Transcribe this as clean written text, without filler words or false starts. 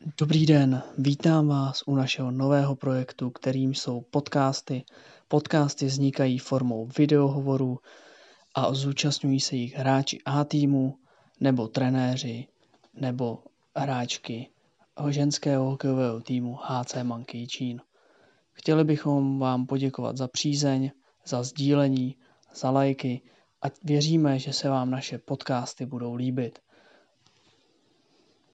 Dobrý den, vítám vás u našeho nového projektu, kterým jsou podcasty. Podcasty vznikají formou videohovorů a zúčastňují se jich hráči A týmu, nebo trenéři, nebo hráčky ženského hokejového týmu HC Manky Jičín. Chtěli bychom vám poděkovat za přízeň, za sdílení, za lajky a věříme, že se vám naše podcasty budou líbit.